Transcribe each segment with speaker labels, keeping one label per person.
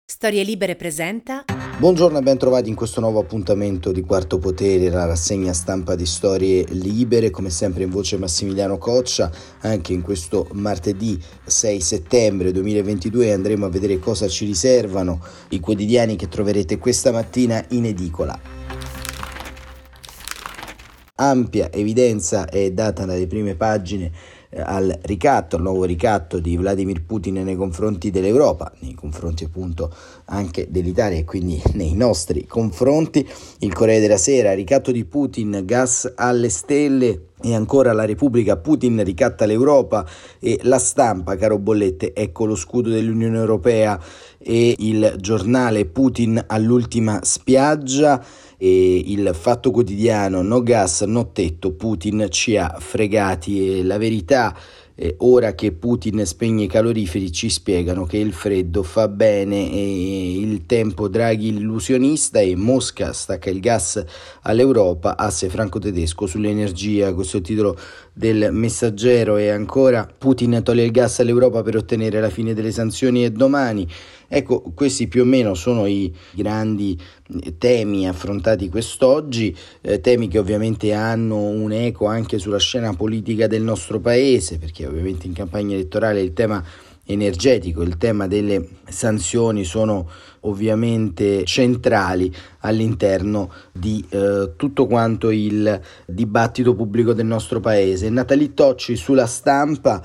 Speaker 1: Storie Libere presenta.
Speaker 2: Buongiorno e ben trovati in questo nuovo appuntamento di Quarto Potere, la rassegna stampa di Storie Libere, come sempre in voce Massimiliano Coccia. Anche in questo martedì 6 settembre 2022 andremo a vedere cosa ci riservano i quotidiani che troverete questa mattina in edicola. Ampia evidenza è data dalle prime pagine al nuovo ricatto di Vladimir Putin nei confronti dell'Europa, nei confronti appunto anche dell'Italia e quindi nei nostri confronti. Il Corriere della Sera: ricatto di Putin, gas alle stelle. E ancora La Repubblica: Putin ricatta l'Europa. E La Stampa: caro bollette, ecco lo scudo dell'Unione Europea. E Il Giornale: Putin all'ultima spiaggia. E Il Fatto Quotidiano: no gas, no tetto, Putin ci ha fregati. E La Verità: ora che Putin spegne i caloriferi ci spiegano che il freddo fa bene. E Il Tempo: Draghi illusionista e Mosca stacca il gas all'Europa, asse franco-tedesco sull'energia. Questo è il titolo del Messaggero. E ancora: Putin toglie il gas all'Europa per ottenere la fine delle sanzioni e domani. Ecco, questi più o meno sono i grandi temi affrontati quest'oggi, temi che ovviamente hanno un eco anche sulla scena politica del nostro paese, perché ovviamente in campagna elettorale il tema energetico, il tema delle sanzioni sono ovviamente centrali all'interno di tutto quanto il dibattito pubblico del nostro paese. Nathalie Tocci sulla Stampa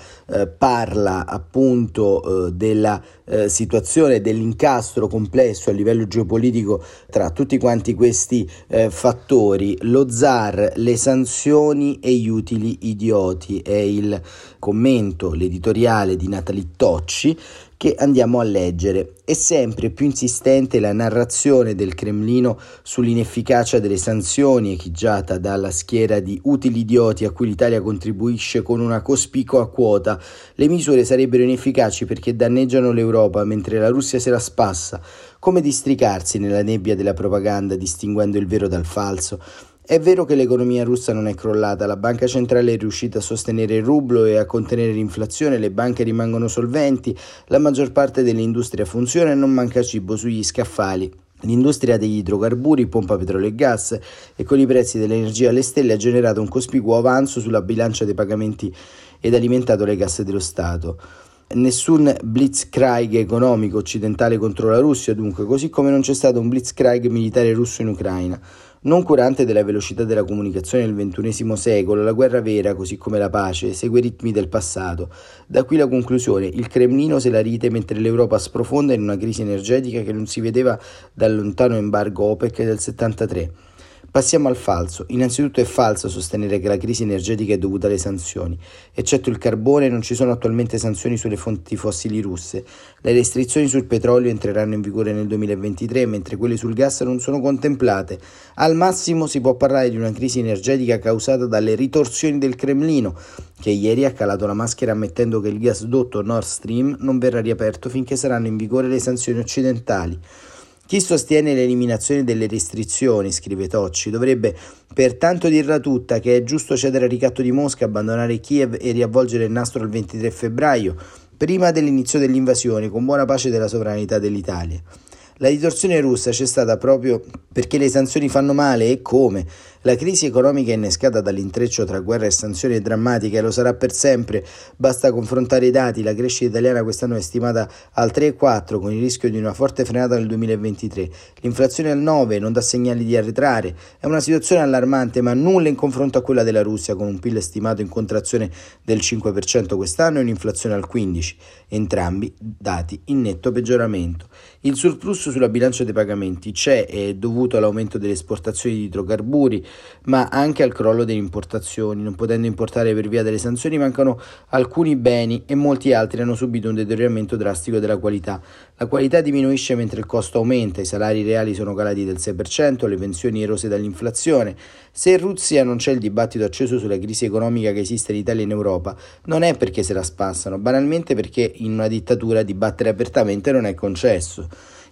Speaker 2: parla appunto della situazione, dell'incastro complesso a livello geopolitico tra tutti quanti questi fattori. Lo zar, le sanzioni e gli utili idioti è il commento, l'editoriale di Nathalie Tocci, che andiamo a leggere. È sempre più insistente la narrazione del Cremlino sull'inefficacia delle sanzioni, echeggiata dalla schiera di utili idioti a cui l'Italia contribuisce con una cospicua quota. Le misure sarebbero inefficaci perché danneggiano l'Europa mentre la Russia se la spassa. Come districarsi nella nebbia della propaganda distinguendo il vero dal falso? È vero che l'economia russa non è crollata, la banca centrale è riuscita a sostenere il rublo e a contenere l'inflazione, le banche rimangono solventi, la maggior parte dell'industria funziona e non manca cibo sugli scaffali. L'industria degli idrocarburi pompa petrolio e gas e con i prezzi dell'energia alle stelle ha generato un cospicuo avanzo sulla bilancia dei pagamenti ed alimentato le casse dello Stato. Nessun blitzkrieg economico occidentale contro la Russia, dunque, così come non c'è stato un blitzkrieg militare russo in Ucraina. Non curante della velocità della comunicazione del XXI secolo, la guerra vera, così come la pace, segue i ritmi del passato. Da qui la conclusione: il Cremlino se la ride mentre l'Europa sprofonda in una crisi energetica che non si vedeva dal lontano embargo OPEC del 73. Passiamo al falso. Innanzitutto è falso sostenere che la crisi energetica è dovuta alle sanzioni. Eccetto il carbone, non ci sono attualmente sanzioni sulle fonti fossili russe. Le restrizioni sul petrolio entreranno in vigore nel 2023, mentre quelle sul gas non sono contemplate. Al massimo si può parlare di una crisi energetica causata dalle ritorsioni del Cremlino, che ieri ha calato la maschera ammettendo che il gasdotto Nord Stream non verrà riaperto finché saranno in vigore le sanzioni occidentali. Chi sostiene l'eliminazione delle restrizioni, scrive Tocci, dovrebbe pertanto dirla tutta che è giusto cedere al ricatto di Mosca, abbandonare Kiev e riavvolgere il nastro il 23 febbraio, prima dell'inizio dell'invasione, con buona pace della sovranità dell'Italia. La ritorsione russa c'è stata proprio perché le sanzioni fanno male, e come? La crisi economica innescata dall'intreccio tra guerra e sanzioni è drammatica e lo sarà per sempre. Basta confrontare i dati: la crescita italiana quest'anno è stimata al 3,4 con il rischio di una forte frenata nel 2023. L'inflazione al 9 non dà segnali di arretrare. È una situazione allarmante, ma nulla in confronto a quella della Russia, con un PIL stimato in contrazione del 5% quest'anno e un'inflazione al 15%. Entrambi dati in netto peggioramento. Il surplus sulla bilancia dei pagamenti c'è e è dovuto all'aumento delle esportazioni di idrocarburi, ma anche al crollo delle importazioni. Non potendo importare per via delle sanzioni, mancano alcuni beni e molti altri hanno subito un deterioramento drastico della qualità. La qualità diminuisce mentre il costo aumenta, i salari reali sono calati del 6%, le pensioni erose dall'inflazione. Se in Russia non c'è il dibattito acceso sulla crisi economica che esiste in Italia e in Europa, non è perché se la spassano, banalmente perché in una dittatura dibattere apertamente non è concesso.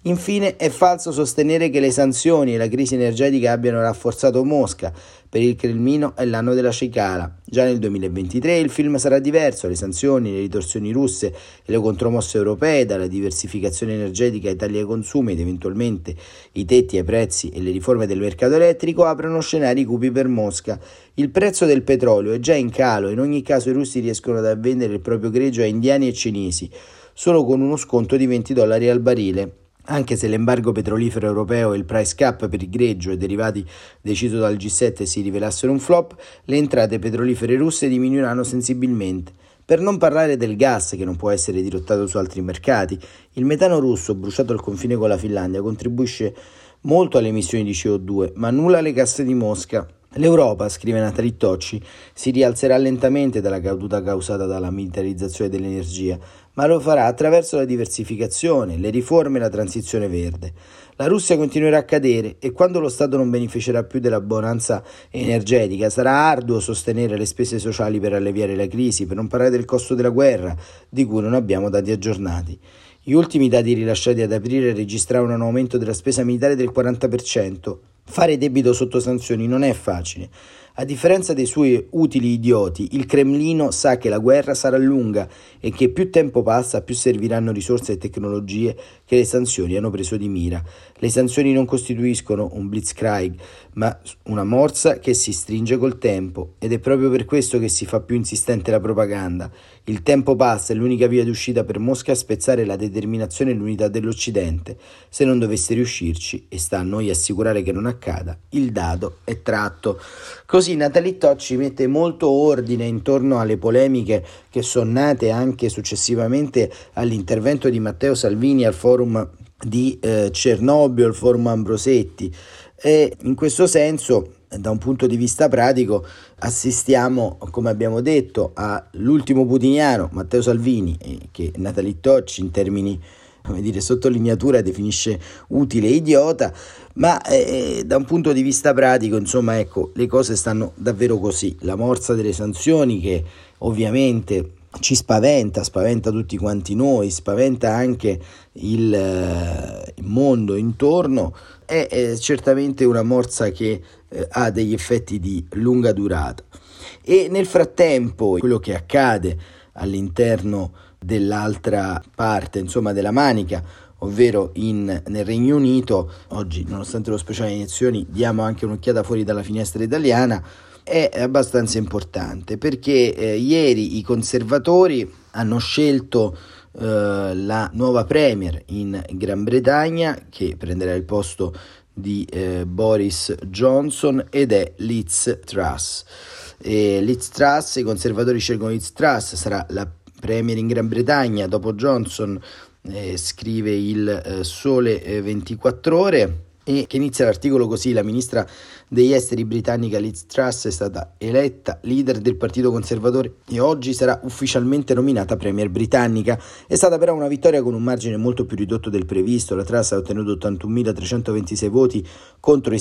Speaker 2: Infine, è falso sostenere che le sanzioni e la crisi energetica abbiano rafforzato Mosca. Per il Cremlino è l'anno della cicala. Già nel 2023 il film sarà diverso, le sanzioni, le ritorsioni russe e le contromosse europee, dalla diversificazione energetica ai tagli ai consumi ed eventualmente i tetti ai prezzi e le riforme del mercato elettrico aprono scenari cupi per Mosca. Il prezzo del petrolio è già in calo e in ogni caso i russi riescono a vendere il proprio greggio a indiani e cinesi, solo con uno sconto di $20 al barile. Anche se l'embargo petrolifero europeo e il price cap per il greggio e derivati deciso dal G7 si rivelassero un flop, le entrate petrolifere russe diminuiranno sensibilmente. Per non parlare del gas, che non può essere dirottato su altri mercati. Il metano russo, bruciato al confine con la Finlandia, contribuisce molto alle emissioni di CO2, ma nulla alle casse di Mosca. L'Europa, scrive Natalie Tocci, si rialzerà lentamente dalla caduta causata dalla militarizzazione dell'energia, ma lo farà attraverso la diversificazione, le riforme e la transizione verde. La Russia continuerà a cadere e quando lo Stato non beneficerà più della bonanza energetica sarà arduo sostenere le spese sociali per alleviare la crisi, per non parlare del costo della guerra, di cui non abbiamo dati aggiornati. Gli ultimi dati rilasciati ad aprile registravano un aumento della spesa militare del 40%. Fare debito sotto sanzioni non è facile. A differenza dei suoi utili idioti, il Cremlino sa che la guerra sarà lunga e che più tempo passa, più serviranno risorse e tecnologie che le sanzioni hanno preso di mira. Le sanzioni non costituiscono un blitzkrieg, ma una morsa che si stringe col tempo, ed è proprio per questo che si fa più insistente la propaganda. Il tempo passa e l'unica via d'uscita per Mosca è spezzare la determinazione e l'unità dell'Occidente. Se non dovesse riuscirci, e sta a noi assicurare che non accada, il dado è tratto. Così Natalie Tocci mette molto ordine intorno alle polemiche che sono nate anche successivamente all'intervento di Matteo Salvini al forum di Cernobbio, al forum Ambrosetti, e in questo senso, da un punto di vista pratico, assistiamo, come abbiamo detto, all'ultimo putiniano Matteo Salvini, che Natalie Tocci in termini, come dire, sottolineatura definisce utile e idiota, ma da un punto di vista pratico, insomma, ecco, le cose stanno davvero così. La morsa delle sanzioni, che ovviamente ci spaventa tutti quanti noi, spaventa anche il mondo intorno, è certamente una morsa che ha degli effetti di lunga durata. E nel frattempo quello che accade all'interno dell'altra parte, insomma, della manica, ovvero nel Regno Unito, oggi, nonostante lo speciale iniezioni, diamo anche un'occhiata fuori dalla finestra italiana, è abbastanza importante perché ieri i conservatori hanno scelto la nuova premier in Gran Bretagna, che prenderà il posto di Boris Johnson, ed è Liz Truss. Liz Truss, i conservatori scelgono Liz Truss, sarà la premier in Gran Bretagna dopo Johnson, scrive il Sole 24 Ore, e che inizia l'articolo così: la ministra degli esteri britannica Liz Truss è stata eletta leader del partito conservatore e oggi sarà ufficialmente nominata premier britannica. È stata però una vittoria con un margine molto più ridotto del previsto. La Truss ha ottenuto 81.326 voti contro i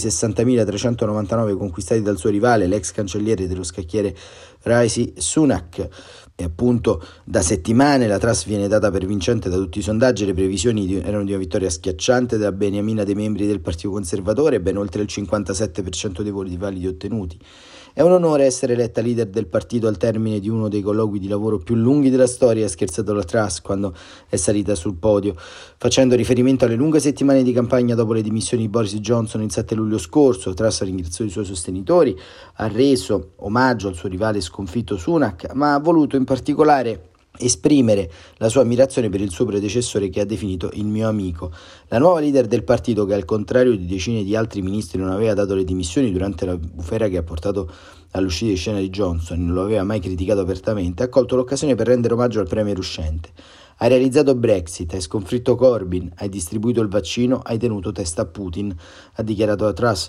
Speaker 2: 60.399 conquistati dal suo rivale, l'ex cancelliere dello scacchiere Rishi Sunak. E appunto da settimane la Truss viene data per vincente da tutti i sondaggi. Le previsioni erano di una vittoria schiacciante della beniamina dei membri del Partito Conservatore, ben oltre il 57% dei voti validi ottenuti. È un onore essere eletta leader del partito al termine di uno dei colloqui di lavoro più lunghi della storia, ha scherzato la Truss quando è salita sul podio, facendo riferimento alle lunghe settimane di campagna dopo le dimissioni di Boris Johnson il 7 luglio scorso. Truss ha ringraziato i suoi sostenitori, ha reso omaggio al suo rivale sconfitto Sunak, ma ha voluto in particolare esprimere la sua ammirazione per il suo predecessore, che ha definito il mio amico. La nuova leader del partito, che al contrario di decine di altri ministri non aveva dato le dimissioni durante la bufera che ha portato all'uscita di scena di Johnson e non lo aveva mai criticato apertamente, ha colto l'occasione per rendere omaggio al premier uscente. Hai realizzato Brexit, hai sconfitto Corbyn, hai distribuito il vaccino, hai tenuto testa a Putin, ha dichiarato la Truss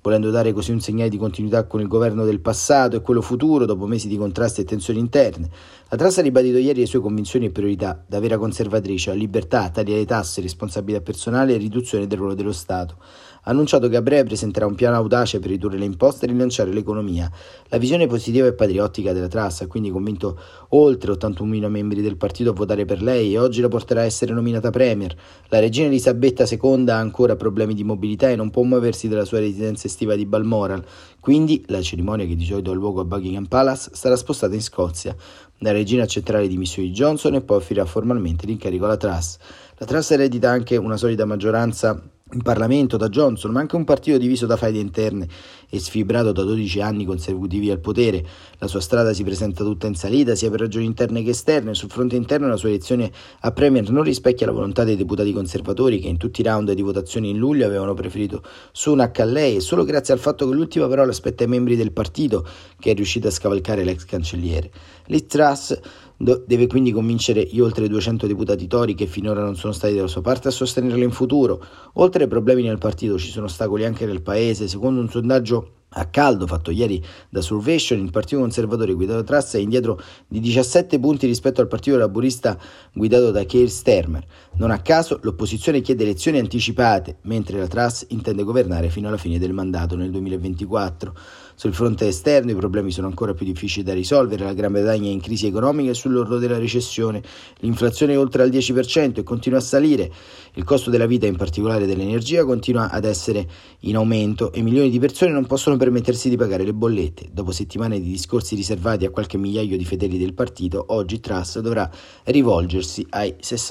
Speaker 2: volendo dare così un segnale di continuità con il governo del passato e quello futuro dopo mesi di contrasti e tensioni interne. La Truss ha ribadito ieri le sue convinzioni e priorità, da vera conservatrice, la libertà, tagli alle tasse, responsabilità personale e riduzione del ruolo dello Stato. Ha annunciato che a breve presenterà un piano audace per ridurre le imposte e rilanciare l'economia. La visione positiva e patriottica della Truss ha quindi convinto oltre 81.000 membri del partito a votare per lei e oggi la porterà a essere nominata premier. La regina Elisabetta II ha ancora problemi di mobilità e non può muoversi dalla sua residenza estiva di Balmoral, quindi la cerimonia, che di solito ha luogo a Buckingham Palace, sarà spostata in Scozia. La regina accetterà le dimissioni di Johnson e poi offrirà formalmente l'incarico alla Truss. La Truss eredita anche una solida maggioranza in Parlamento da Johnson, ma anche un partito diviso da faide interne e sfibrato da 12 anni consecutivi al potere. La sua strada si presenta tutta in salita, sia per ragioni interne che esterne. Sul fronte interno la sua elezione a premier non rispecchia la volontà dei deputati conservatori, che in tutti i round di votazione in luglio avevano preferito Sunak a lei, e solo grazie al fatto che l'ultima parola spetta ai membri del partito, che è riuscita a scavalcare l'ex cancelliere. Liz Truss deve quindi convincere gli oltre 200 deputati Tory, che finora non sono stati dalla sua parte, a sostenerla in futuro. Oltre ai problemi nel partito ci sono ostacoli anche nel paese. Secondo un sondaggio a caldo fatto ieri da Survation, il partito conservatore guidato da Truss è indietro di 17 punti rispetto al partito laburista guidato da Keir Starmer. Non a caso l'opposizione chiede elezioni anticipate, mentre la Truss intende governare fino alla fine del mandato nel 2024. Sul fronte esterno i problemi sono ancora più difficili da risolvere. La Gran Bretagna è in crisi economica e sull'orlo della recessione. L'inflazione è oltre al 10% e continua a salire. Il costo della vita, in particolare dell'energia, continua ad essere in aumento e milioni di persone non possono permettersi di pagare le bollette. Dopo settimane di discorsi riservati a qualche migliaio di fedeli del partito, oggi Truss dovrà rivolgersi ai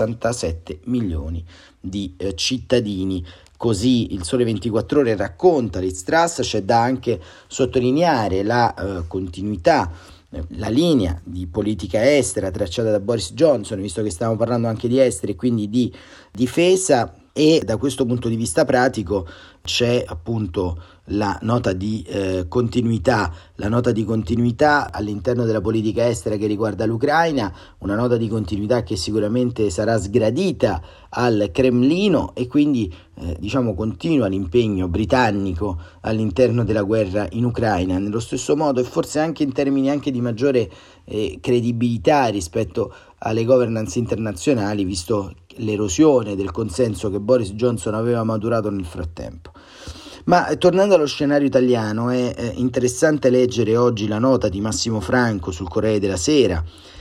Speaker 2: 67 milioni di cittadini. Così il Sole 24 Ore racconta Liz Truss. C'è da anche sottolineare la continuità, la linea di politica estera tracciata da Boris Johnson, visto che stiamo parlando anche di esteri e quindi di difesa, e da questo punto di vista pratico c'è appunto la nota di continuità all'interno della politica estera che riguarda l'Ucraina, una nota di continuità che sicuramente sarà sgradita al Cremlino e quindi continua l'impegno britannico all'interno della guerra in Ucraina. Nello stesso modo, e forse anche in termini anche di maggiore credibilità rispetto alle governance internazionali, visto l'erosione del consenso che Boris Johnson aveva maturato nel frattempo. Ma tornando allo scenario italiano, è interessante leggere oggi la nota di Massimo Franco sul Corriere della Sera,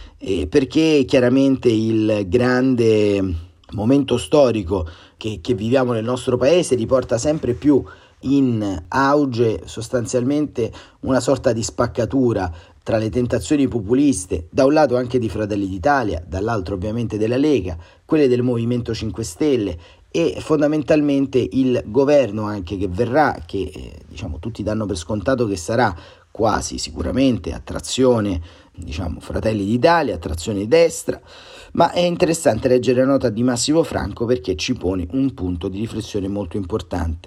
Speaker 2: perché chiaramente il grande momento storico che viviamo nel nostro paese riporta sempre più in auge sostanzialmente una sorta di spaccatura tra le tentazioni populiste, da un lato anche di Fratelli d'Italia, dall'altro ovviamente della Lega, quelle del Movimento 5 Stelle e fondamentalmente il governo anche che verrà, che tutti danno per scontato che sarà quasi sicuramente a trazione Fratelli d'Italia, a trazione destra. Ma è interessante leggere la nota di Massimo Franco perché ci pone un punto di riflessione molto importante.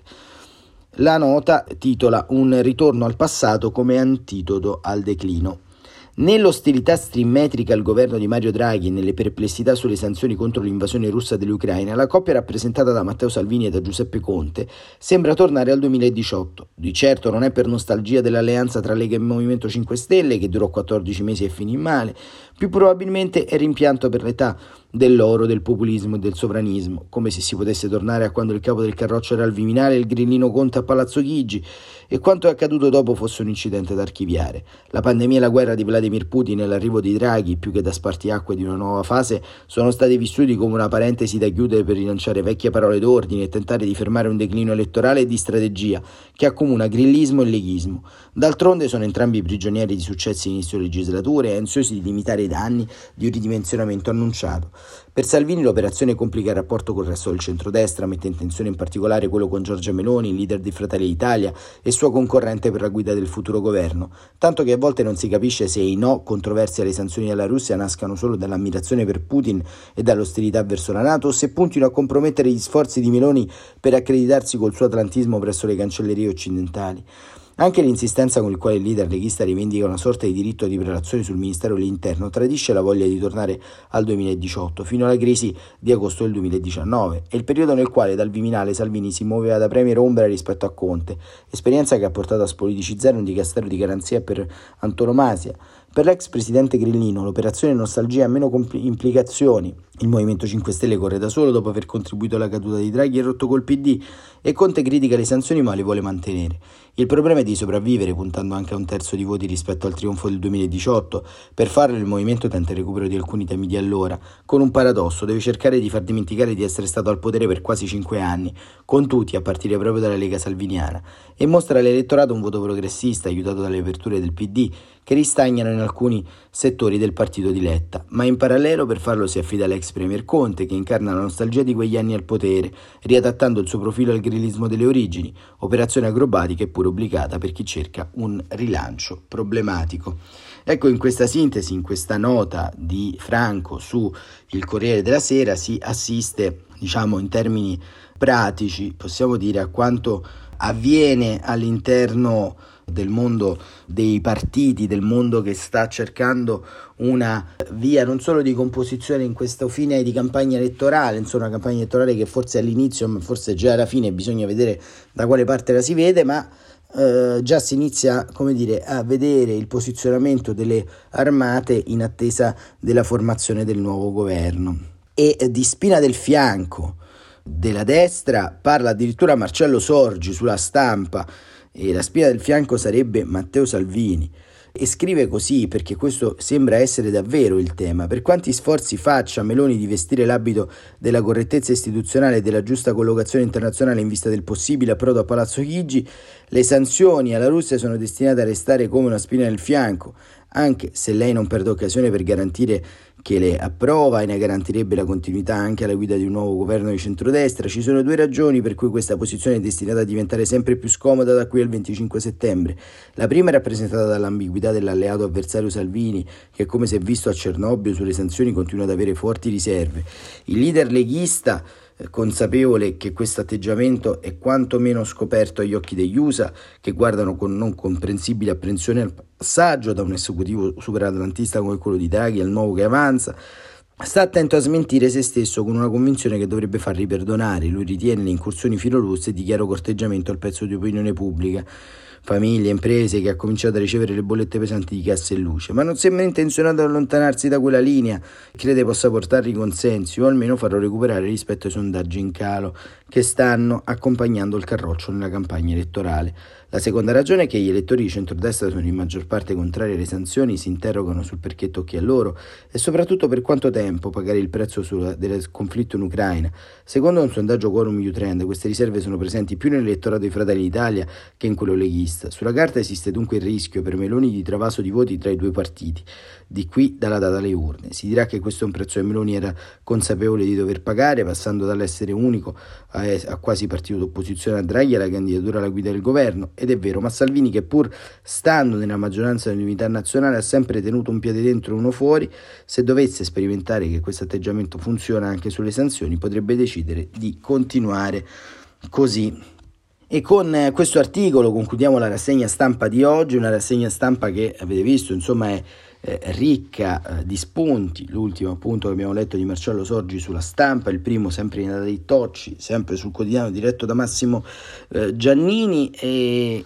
Speaker 2: La nota titola "Un ritorno al passato come antidoto al declino". Nell'ostilità strimmetrica al governo di Mario Draghi e nelle perplessità sulle sanzioni contro l'invasione russa dell'Ucraina, la coppia rappresentata da Matteo Salvini e da Giuseppe Conte sembra tornare al 2018. Di certo non è per nostalgia dell'alleanza tra Lega e Movimento 5 Stelle, che durò 14 mesi e finì male, più probabilmente è rimpianto per l'età dell'oro, del populismo e del sovranismo, come se si potesse tornare a quando il capo del carroccio era al Viminale e il grillino Conte a Palazzo Chigi, e quanto è accaduto dopo fosse un incidente da archiviare. La pandemia e la guerra di Vladimir Putin e l'arrivo di Draghi, più che da spartiacque di una nuova fase, sono stati vissuti come una parentesi da chiudere per rilanciare vecchie parole d'ordine e tentare di fermare un declino elettorale e di strategia che accomuna grillismo e leghismo. D'altronde sono entrambi prigionieri di successi inizio legislature e ansiosi di limitare i danni di un ridimensionamento annunciato. Per Salvini l'operazione complica il rapporto col resto del centrodestra, mette in tensione in particolare quello con Giorgia Meloni, leader di Fratelli d'Italia e sua concorrente per la guida del futuro governo, tanto che a volte non si capisce se i no controversi alle sanzioni alla Russia nascano solo dall'ammirazione per Putin e dall'ostilità verso la NATO o se puntino a compromettere gli sforzi di Meloni per accreditarsi col suo atlantismo presso le cancellerie occidentali. Anche l'insistenza con il quale il leader leghista rivendica una sorta di diritto di prelazione sul Ministero dell'Interno tradisce la voglia di tornare al 2018, fino alla crisi di agosto del 2019, e il periodo nel quale dal Viminale Salvini si muoveva da premier ombra rispetto a Conte, esperienza che ha portato a spoliticizzare un dicastero di garanzia per antonomasia. Per l'ex presidente Grillino l'operazione Nostalgia ha meno implicazioni. Il Movimento 5 Stelle corre da solo dopo aver contribuito alla caduta di Draghi e rotto col PD, e Conte critica le sanzioni ma le vuole mantenere. Il problema è di sopravvivere, puntando anche a un terzo di voti rispetto al trionfo del 2018. Per farlo il Movimento tenta il recupero di alcuni temi di allora, con un paradosso: deve cercare di far dimenticare di essere stato al potere per quasi 5 anni, con tutti, a partire proprio dalla Lega salviniana, e mostra all'elettorato un voto progressista, aiutato dalle aperture del PD, che ristagnano in alcuni settori del partito di Letta, ma in parallelo per farlo si affida all'ex premier Conte, che incarna la nostalgia di quegli anni al potere, riadattando il suo profilo al grillismo delle origini, operazione acrobatica eppure obbligata per chi cerca un rilancio problematico. Ecco, in questa sintesi, in questa nota di Franco su il Corriere della Sera si assiste, in termini pratici, possiamo dire, a quanto avviene all'interno del mondo dei partiti, del mondo che sta cercando una via non solo di composizione in questo fine di campagna elettorale, una campagna elettorale che forse all'inizio, ma forse già alla fine bisogna vedere da quale parte la si vede, ma già si inizia, a vedere il posizionamento delle armate in attesa della formazione del nuovo governo. E di spina del fianco della destra parla addirittura Marcello Sorgi sulla Stampa, e la spina del fianco sarebbe Matteo Salvini, e scrive così perché questo sembra essere davvero il tema: per quanti sforzi faccia Meloni di vestire l'abito della correttezza istituzionale e della giusta collocazione internazionale in vista del possibile approdo a Palazzo Chigi, le sanzioni alla Russia sono destinate a restare come una spina nel fianco, anche se lei non perde occasione per garantire che le approva e ne garantirebbe la continuità anche alla guida di un nuovo governo di centrodestra. Ci sono 2 ragioni per cui questa posizione è destinata a diventare sempre più scomoda da qui al 25 settembre. La prima è rappresentata dall'ambiguità dell'alleato avversario Salvini, che, come si è visto a Cernobbio, sulle sanzioni continua ad avere forti riserve. Il leader leghista, consapevole che questo atteggiamento è quantomeno scoperto agli occhi degli USA, che guardano con non comprensibile apprensione al passaggio da un esecutivo superatlantista come quello di Draghi al nuovo che avanza, sta attento a smentire se stesso con una convinzione che dovrebbe farli perdonare. Lui ritiene le incursioni filolusse e dichiara corteggiamento al pezzo di opinione pubblica, famiglie, imprese, che ha cominciato a ricevere le bollette pesanti di gas e luce, ma non sembra intenzionato ad allontanarsi da quella linea, crede possa portargli consensi o almeno farlo recuperare rispetto ai sondaggi in calo che stanno accompagnando il carroccio nella campagna elettorale. La seconda ragione è che gli elettori di centrodestra sono in maggior parte contrari alle sanzioni, si interrogano sul perché tocchi a loro e soprattutto per quanto tempo pagare il prezzo del conflitto in Ucraina. Secondo un sondaggio Quorum U-Trend, queste riserve sono presenti più nell'elettorato di Fratelli d'Italia che in quello leghista. Sulla carta esiste dunque il rischio per Meloni di travaso di voti tra i 2 partiti, di qui dalla data alle urne. Si dirà che questo è un prezzo che Meloni era consapevole di dover pagare, passando dall'essere unico a quasi partito d'opposizione a Draghi alla candidatura alla guida del governo, ed è vero, ma Salvini, che pur stando nella maggioranza dell'unità nazionale ha sempre tenuto un piede dentro e uno fuori, se dovesse sperimentare che questo atteggiamento funziona anche sulle sanzioni potrebbe decidere di continuare così. E con questo articolo concludiamo la rassegna stampa di oggi, una rassegna stampa che avete visto è ricca di spunti. L'ultimo appunto che abbiamo letto di Marcello Sorgi sulla Stampa, il primo sempre in data dei Tocci, sempre sul quotidiano diretto da Massimo Giannini, e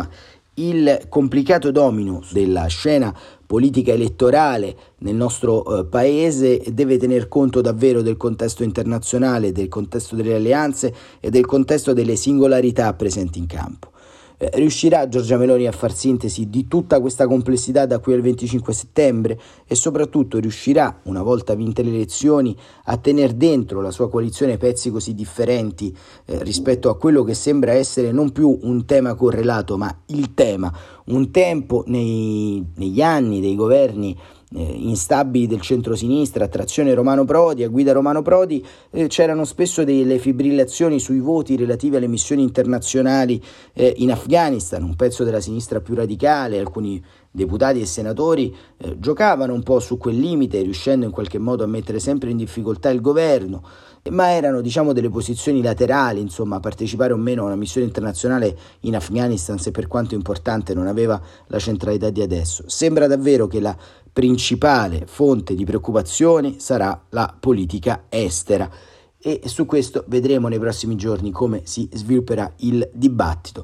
Speaker 2: il complicato domino della scena politica elettorale nel nostro paese deve tener conto davvero del contesto internazionale, del contesto delle alleanze e del contesto delle singolarità presenti in campo. Riuscirà Giorgia Meloni a far sintesi di tutta questa complessità da qui al 25 settembre e soprattutto riuscirà, una volta vinte le elezioni, a tener dentro la sua coalizione pezzi così differenti rispetto a quello che sembra essere non più un tema correlato ma il tema, un tempo negli anni dei governi instabili del centrosinistra, a trazione Romano Prodi, a guida Romano Prodi, c'erano spesso delle fibrillazioni sui voti relativi alle missioni internazionali in Afghanistan, un pezzo della sinistra più radicale, alcuni deputati e senatori giocavano un po' su quel limite, riuscendo in qualche modo a mettere sempre in difficoltà il governo, ma erano delle posizioni laterali, insomma, partecipare o meno a una missione internazionale in Afghanistan, se per quanto importante non aveva la centralità di adesso. Sembra davvero che la principale fonte di preoccupazione sarà la politica estera e su questo vedremo nei prossimi giorni come si svilupperà il dibattito.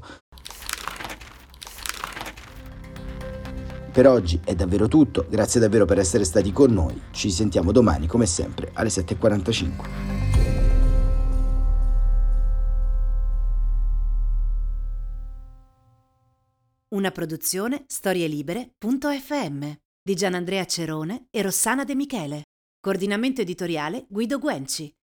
Speaker 2: Per oggi è davvero tutto, grazie davvero per essere stati con noi, ci sentiamo domani come sempre alle 7:45.
Speaker 1: Una produzione storielibere.fm di Gianandrea Cerone e Rossana De Michele. Coordinamento editoriale Guido Guenci.